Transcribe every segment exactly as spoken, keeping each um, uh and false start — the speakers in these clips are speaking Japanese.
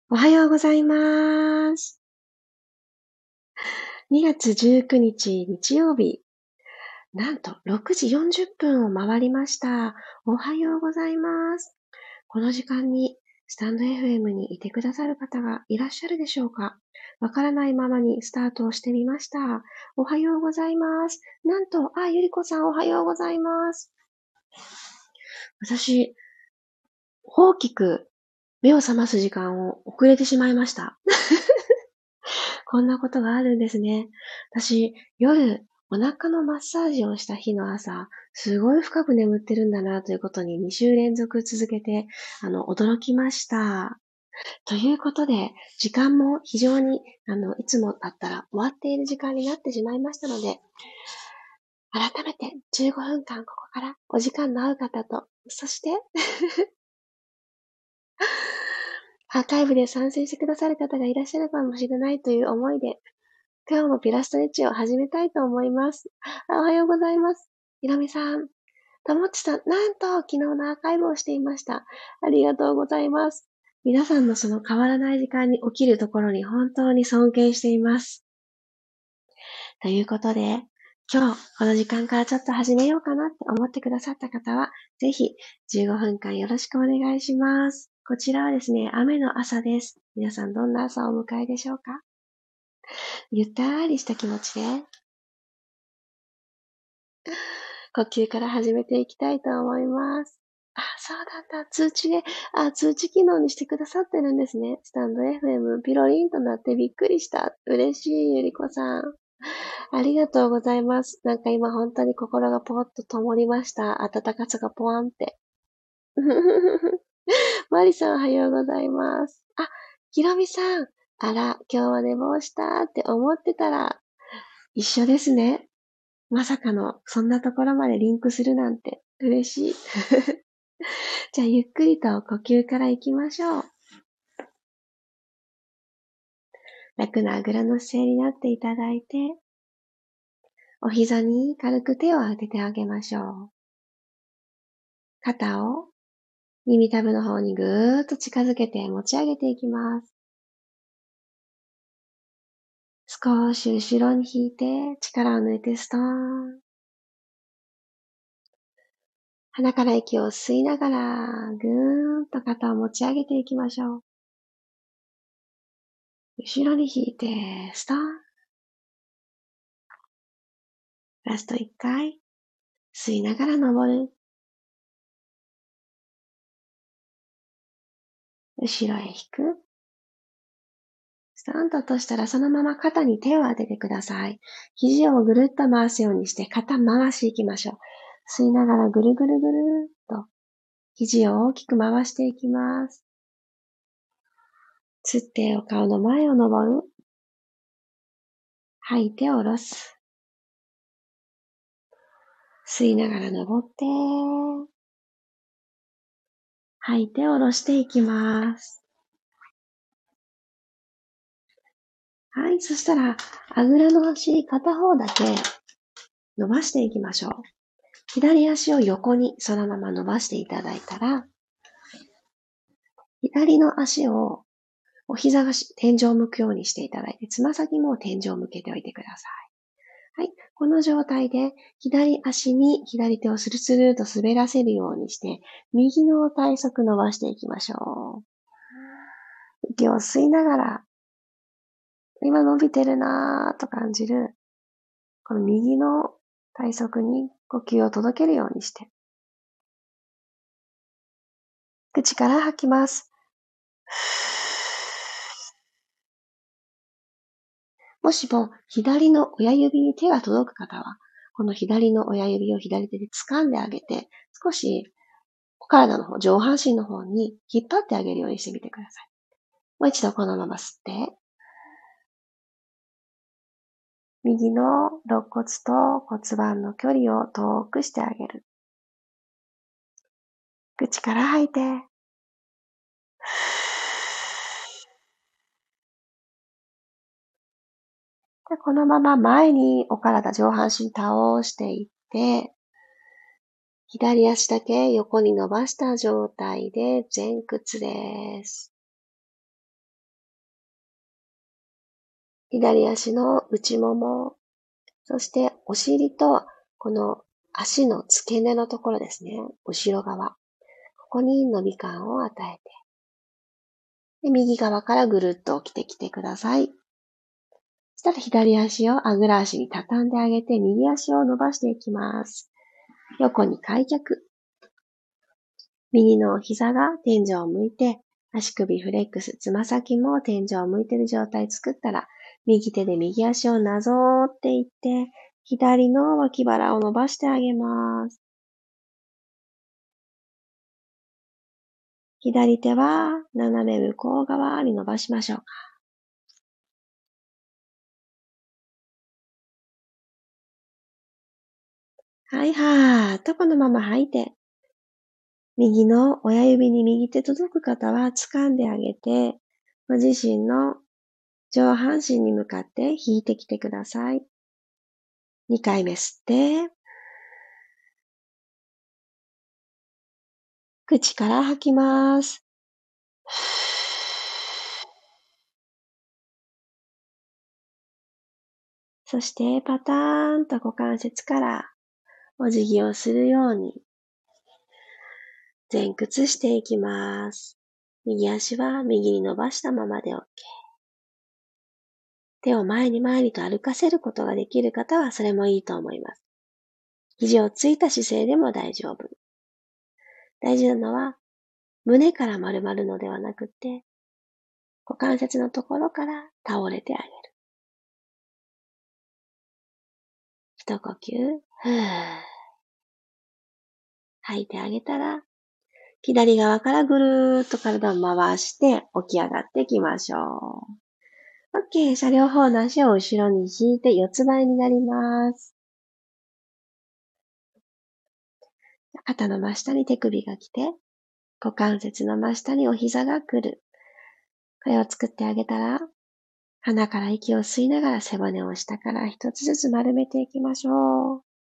おはようございます。にがつじゅうくにち日曜日。なんとろくじよんじゅっぷんを回りました。おはようございます。この時間にスタンド エフエム にいてくださる方がいらっしゃるでしょうか？わからないままにスタートをしてみました。おはようございます。なんと、あ、ゆりこさんおはようございます。私、大きく目を覚ます時間を遅れてしまいました。こんなことがあるんですね。私、夜、お腹のマッサージをした日の朝、すごい深く眠ってるんだなということににしゅう連続続けて、あの、驚きました。ということで、時間も非常に、あの、いつもだったら終わっている時間になってしまいましたので、改めてじゅうごふんかんここからお時間の合う方と、そしてアーカイブで参戦してくださる方がいらっしゃるかもしれないという思いで、今日もピラストレッチを始めたいと思います。おはようございます。ひろみさん、ともっちさん、なんと昨日のアーカイブをしていました。ありがとうございます。皆さんのその変わらない時間に起きるところに本当に尊敬しています。ということで、今日この時間からちょっと始めようかなって思ってくださった方は、ぜひじゅうごふんかんよろしくお願いします。こちらはですね、雨の朝です。皆さんどんな朝をお迎えでしょうか？ゆったりした気持ちで呼吸から始めていきたいと思います。あ、そうだった。通知で、あ、通知機能にしてくださってるんですね。スタンド エフエム ピロリンとなってびっくりした。嬉しい、ゆりこさん。ありがとうございます。なんか今本当に心がポーッと灯りました。温かさがポワンって。マリさんおはようございます。あ、ひろみさん。あら、今日は寝坊したって思ってたら、一緒ですね。まさかの、そんなところまでリンクするなんて、嬉しい。じゃあ、ゆっくりと呼吸から行きましょう。楽なあぐらの姿勢になっていただいて、お膝に軽く手を当ててあげましょう。肩を耳たぶの方にぐーっと近づけて持ち上げていきます。少し後ろに引いて、力を抜いてストーン。鼻から息を吸いながら、ぐーんと肩を持ち上げていきましょう。後ろに引いて、ストーン。ラストいっかい。吸いながら登る。後ろへ引く。スタンと落としたらそのまま肩に手を当ててください。肘をぐるっと回すようにして肩回していきましょう。吸いながらぐるぐるぐるっと肘を大きく回していきます。吸ってお顔の前を登る。吐いて下ろす。吸いながら登って、吐いて下ろしていきます。はい、そしたら、あぐらの足片方だけ伸ばしていきましょう。左足を横にそのまま伸ばしていただいたら、左の足をお膝が天井を向くようにしていただいて、つま先も天井を向けておいてください。はい。この状態で、左足に左手をスルスルと滑らせるようにして、右の体側伸ばしていきましょう。息を吸いながら、今伸びてるなぁと感じる、この右の体側に呼吸を届けるようにして、口から吐きます。もしも左の親指に手が届く方は、この左の親指を左手で掴んであげて、少しお体の方、上半身の方に引っ張ってあげるようにしてみてください。もう一度このまま吸って、右の肋骨と骨盤の距離を遠くしてあげる。口から吐いて、でこのまま前にお体上半身倒していって、左足だけ横に伸ばした状態で前屈です。 左足の内もも、そしてお尻とこの足の付け根のところですね。後ろ側。ここに伸び感を与えて。で、右側からぐるっと起きてきてください。そしたら左足をあぐら足に畳んであげて、右足を伸ばしていきます。横に開脚。右の膝が天井を向いて、足首フレックス、つま先も天井を向いている状態作ったら、右手で右足をなぞっていって、左の脇腹を伸ばしてあげます。左手は斜め向こう側に伸ばしましょうか。はい、はーっとこのまま吐いて、右の親指に右手届く方は掴んであげて、ご自身の上半身に向かって引いてきてください。にかいめ吸って、口から吐きます。そしてパターンと股関節からお辞儀をするように前屈していきます。右足は右に伸ばしたままで OK。手を前に前にと歩かせることができる方はそれもいいと思います。肘をついた姿勢でも大丈夫。大事なのは胸から丸まるのではなくて股関節のところから倒れてあげる。一呼吸、ふー吐いてあげたら、左側からぐるーっと体を回して起き上がっていきましょう。OK。じゃあ両方の足を後ろに引いて四つ前になります。肩の真下に手首が来て、股関節の真下にお膝が来る。これを作ってあげたら、鼻から息を吸いながら背骨を下から一つずつ丸めていきましょう。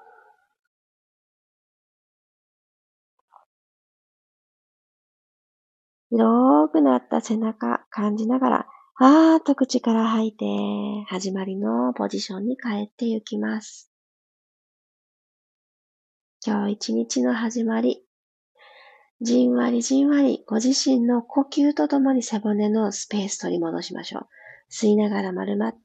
広くなった背中感じながら、あーっと口から吐いて、始まりのポジションに帰っていきます。今日一日の始まり、じんわりじんわりご自身の呼吸とともに背骨のスペース取り戻しましょう。吸いながら丸まって、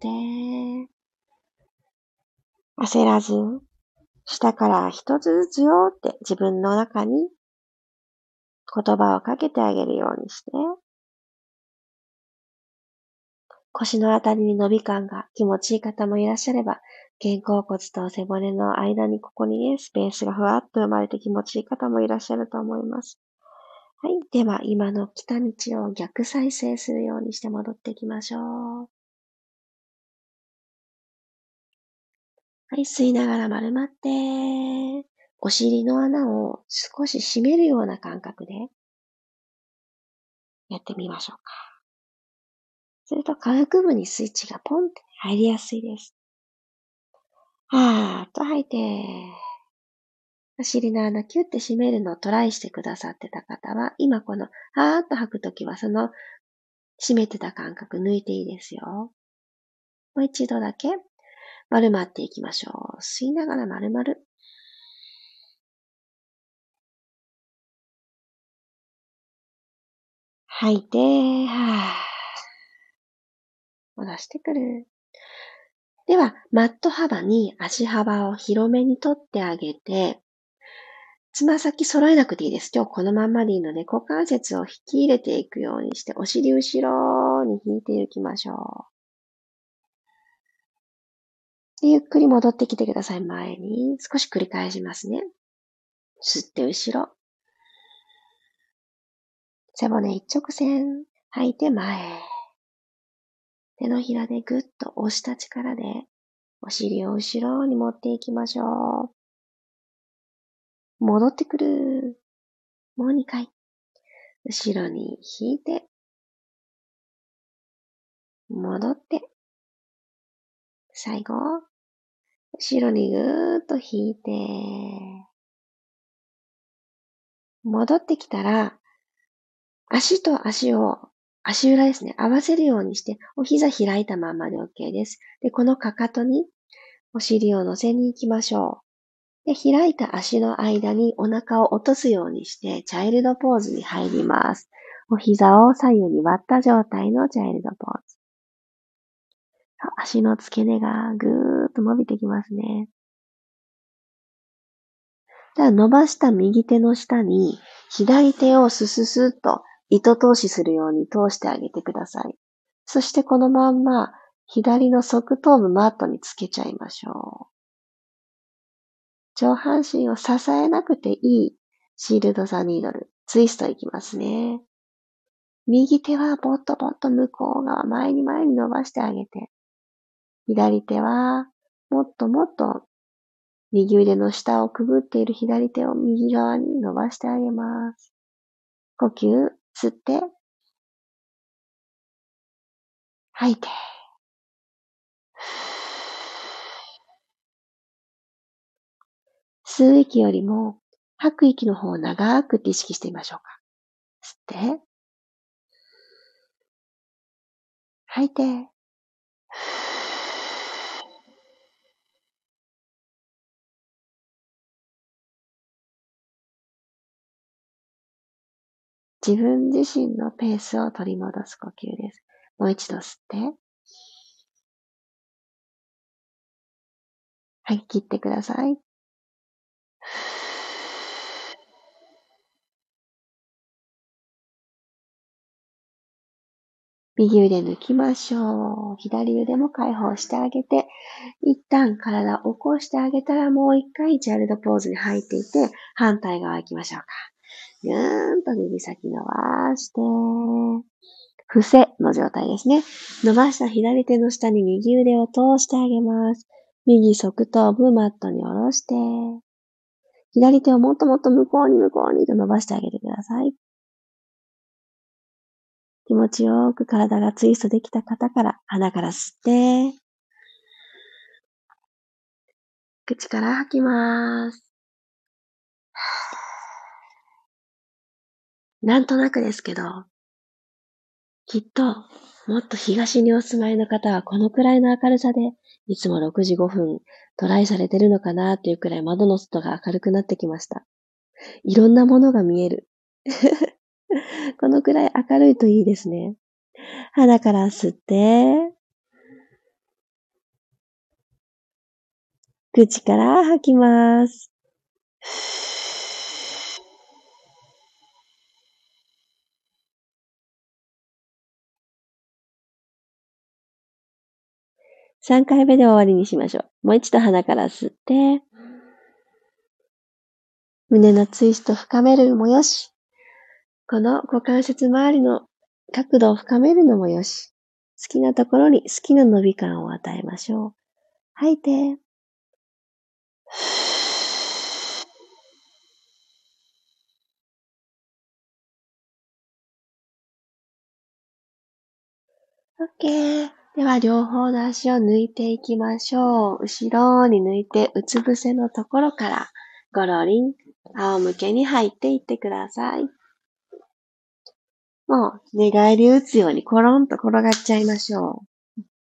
焦らず、下から一つずつよって自分の中に言葉をかけてあげるようにして、腰のあたりに伸び感が気持ちいい方もいらっしゃれば、肩甲骨と背骨の間にここにね、スペースがふわっと生まれて気持ちいい方もいらっしゃると思います。はい。では、今の来た道を逆再生するようにして戻っていきましょう。はい。吸いながら丸まって、お尻の穴を少し締めるような感覚でやってみましょうか。すると下腹部にスイッチがポンって入りやすいです。はーっと吐いて、お尻の穴キュッて締めるのをトライしてくださってた方は、今このはーっと吐くときはその締めてた感覚抜いていいですよ。もう一度だけ丸まっていきましょう。吸いながら丸々。吐いて、はー戻してくる。では、マット幅に足幅を広めに取ってあげて、つま先揃えなくていいです。今日このまんまでいいので、股関節を引き入れていくようにして、お尻後ろに引いていきましょう。で、ゆっくり戻ってきてください。前に。少し繰り返しますね。吸って後ろ。背骨一直線。吐いて前。手のひらでぐっと押した力で、お尻を後ろに持っていきましょう。戻ってくる。もうにかい。後ろに引いて、戻って、最後、後ろにぐーっと引いて、戻ってきたら、足と足を足裏ですね。合わせるようにして、お膝開いたままで OK です。で、このかかとにお尻を乗せに行きましょう。で、開いた足の間にお腹を落とすようにして、チャイルドポーズに入ります。お膝を左右に割った状態のチャイルドポーズ。足の付け根がぐーっと伸びてきますね。じゃあ伸ばした右手の下に左手をスススッと糸通しするように通してあげてください。そしてこのまんま左の側頭部マットにつけちゃいましょう。上半身を支えなくていいシールドザニードル、ツイストいきますね。右手はポッとポッと向こう側前に前に伸ばしてあげて、左手はもっともっと右腕の下をくぐっている左手を右側に伸ばしてあげます。呼吸、吸って、吐いて。吸う息よりも吐く息の方を長くって意識してみましょうか。吸って、吐いて。自分自身のペースを取り戻す呼吸です。もう一度吸って、吐き切ってください。右腕抜きましょう。左腕も解放してあげて、一旦体を起こしてあげたらもう一回チャイルドポーズに入っていって反対側行きましょうか。ぐーんと指先伸ばして、伏せの状態ですね。伸ばした左手の下に右腕を通してあげます。右側頭部マットに下ろして、左手をもっともっと向こうに向こうにと伸ばしてあげてください。気持ちよく体がツイストできた方から鼻から吸って、口から吐きます。なんとなくですけど、きっともっと東にお住まいの方はこのくらいの明るさでいつもろくじごふんトライされてるのかなっていうくらい窓の外が明るくなってきました。いろんなものが見える。このくらい明るいといいですね。鼻から吸って、口から吐きます。さんかいめで終わりにしましょう。もう一度鼻から吸って、胸のツイスト深めるもよし、この股関節周りの角度を深めるのもよし、好きなところに好きな伸び感を与えましょう。吐いて、OK。では、両方の足を抜いていきましょう。後ろに抜いて、うつ伏せのところから、ゴロリン、仰向けに入っていってください。もう、寝返り打つようにコロンと転がっちゃいましょう。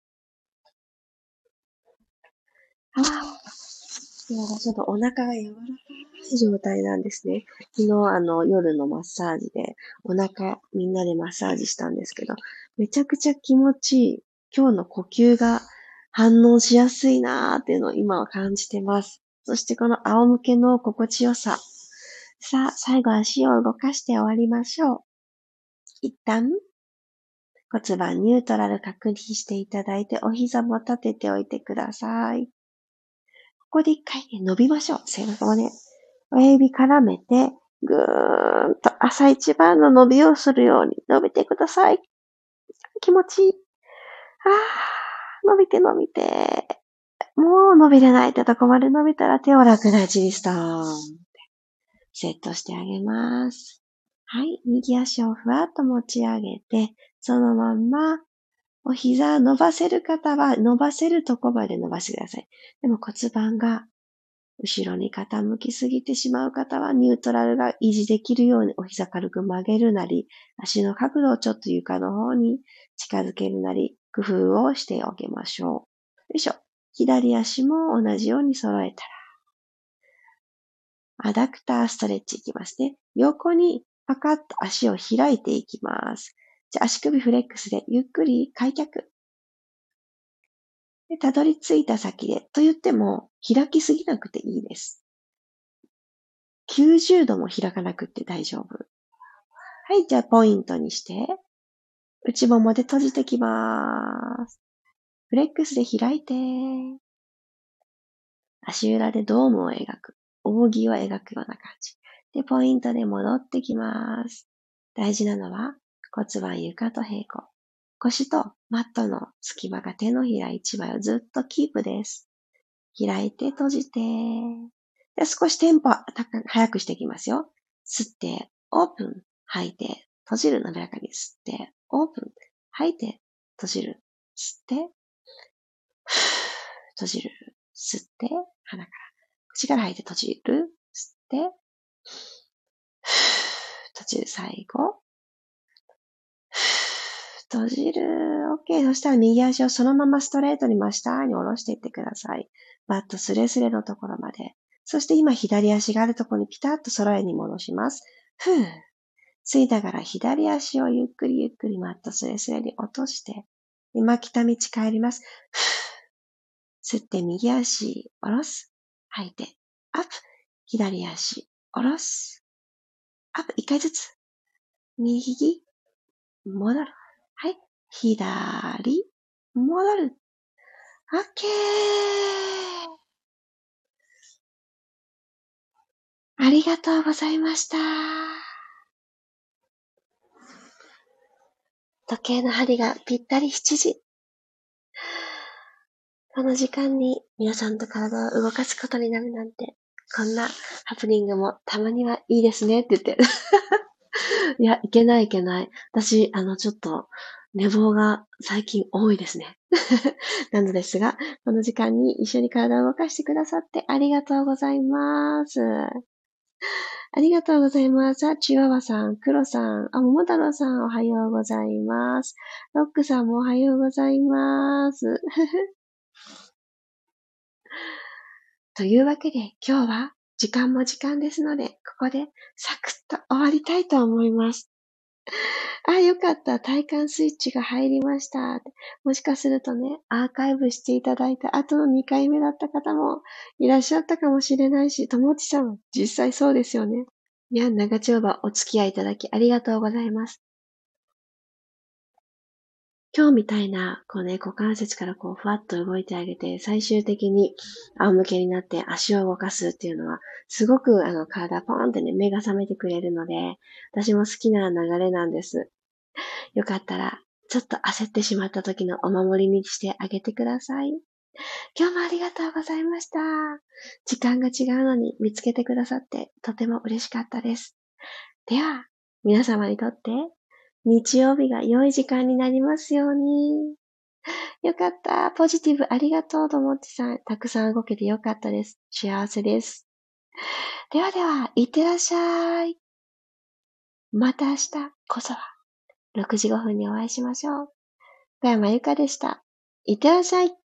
ああ、今ちょっとお腹が柔らかい状態なんですね。昨日あの夜のマッサージでお腹みんなでマッサージしたんですけど、めちゃくちゃ気持ちいい。今日の呼吸が反応しやすいなーっていうのを今は感じてます。そしてこの仰向けの心地よさ。さあ、最後足を動かして終わりましょう。一旦骨盤ニュートラル確認していただいて、お膝も立てておいてください。ここで一回ね、伸びましょう。背中をね、親指絡めて、ぐーんと朝一番の伸びをするように伸びてください。気持ちいい。あー、伸びて伸びて。もう伸びれないってとこまで伸びたら手を楽な位置にストーン。セットしてあげます。はい。右足をふわっと持ち上げて、そのまんま、お膝伸ばせる方は伸ばせるとこまで伸ばしてください。でも骨盤が後ろに傾きすぎてしまう方はニュートラルが維持できるようにお膝軽く曲げるなり、足の角度をちょっと床の方に近づけるなり、工夫をしておきましょう。よいしょ。左足も同じように揃えたら、アダクターストレッチいきますね。横にパカッと足を開いていきます。じゃあ足首フレックスでゆっくり開脚。で、たどり着いた先で、と言っても開きすぎなくていいです。きゅうじゅうども開かなくて大丈夫。はい、じゃあポイントにして、内ももで閉じてきます。フレックスで開いて、足裏でドームを描く。扇を描くような感じ。で、ポイントで戻ってきます。大事なのは骨盤床と平行。腰とマットの隙間が手のひら一枚をずっとキープです。開いて閉じて。で、少しテンポ早くしていきますよ。吸って、オープン。吐いて、閉じる。滑らかに吸って、オープン。吐いて、閉じる。吸って、閉じる。吸って、鼻から。口から吐いて閉じる。吸って、閉じる。最後。閉じる。OK。そしたら右足をそのままストレートに真下に下ろしていってください。バットスレスレのところまで。そして今左足があるところにピタッと揃えに戻します。ふぅ。吸いながら左足をゆっくりゆっくりマットスレスレに落として、今来た道帰ります。吸って右足下ろす。吐いて、アップ。左足下ろす。アップ。一回ずつ。右、戻る。はい。左、戻る。オッケー。ありがとうございました。時計の針がぴったりしちじ。この時間に皆さんと体を動かすことになるなんて、こんなハプニングもたまにはいいですねって言って。いや、いけないいけない。私、あの、ちょっと、寝坊が最近多いですね。なのですが、この時間に一緒に体を動かしてくださってありがとうございます。ありがとうございます。チワワさん、クロさん、あ、桃太郎さんおはようございます。ロックさんもおはようございます。というわけで今日は時間も時間ですので、ここでサクッと終わりたいと思います。あ、よかった。体感スイッチが入りました。もしかするとね、アーカイブしていただいた後のにかいめだった方もいらっしゃったかもしれないし、ともちさんは実際そうですよね。いや、長丁場お付き合いいただきありがとうございます。今日みたいな、こうね、股関節からこう、ふわっと動いてあげて、最終的に仰向けになって足を動かすっていうのは、すごくあの、体ポーンってね、目が覚めてくれるので、私も好きな流れなんです。よかったら、ちょっと焦ってしまった時のお守りにしてあげてください。今日もありがとうございました。時間が違うのに見つけてくださってとても嬉しかったです。では、皆様にとって日曜日が良い時間になりますように。よかった。ポジティブありがとうともっちさん。たくさん動けてよかったです。幸せです。ではでは、いってらっしゃい。また明日こそはろくじごふんにお会いしましょう。小山由かでした。いってらっしゃい。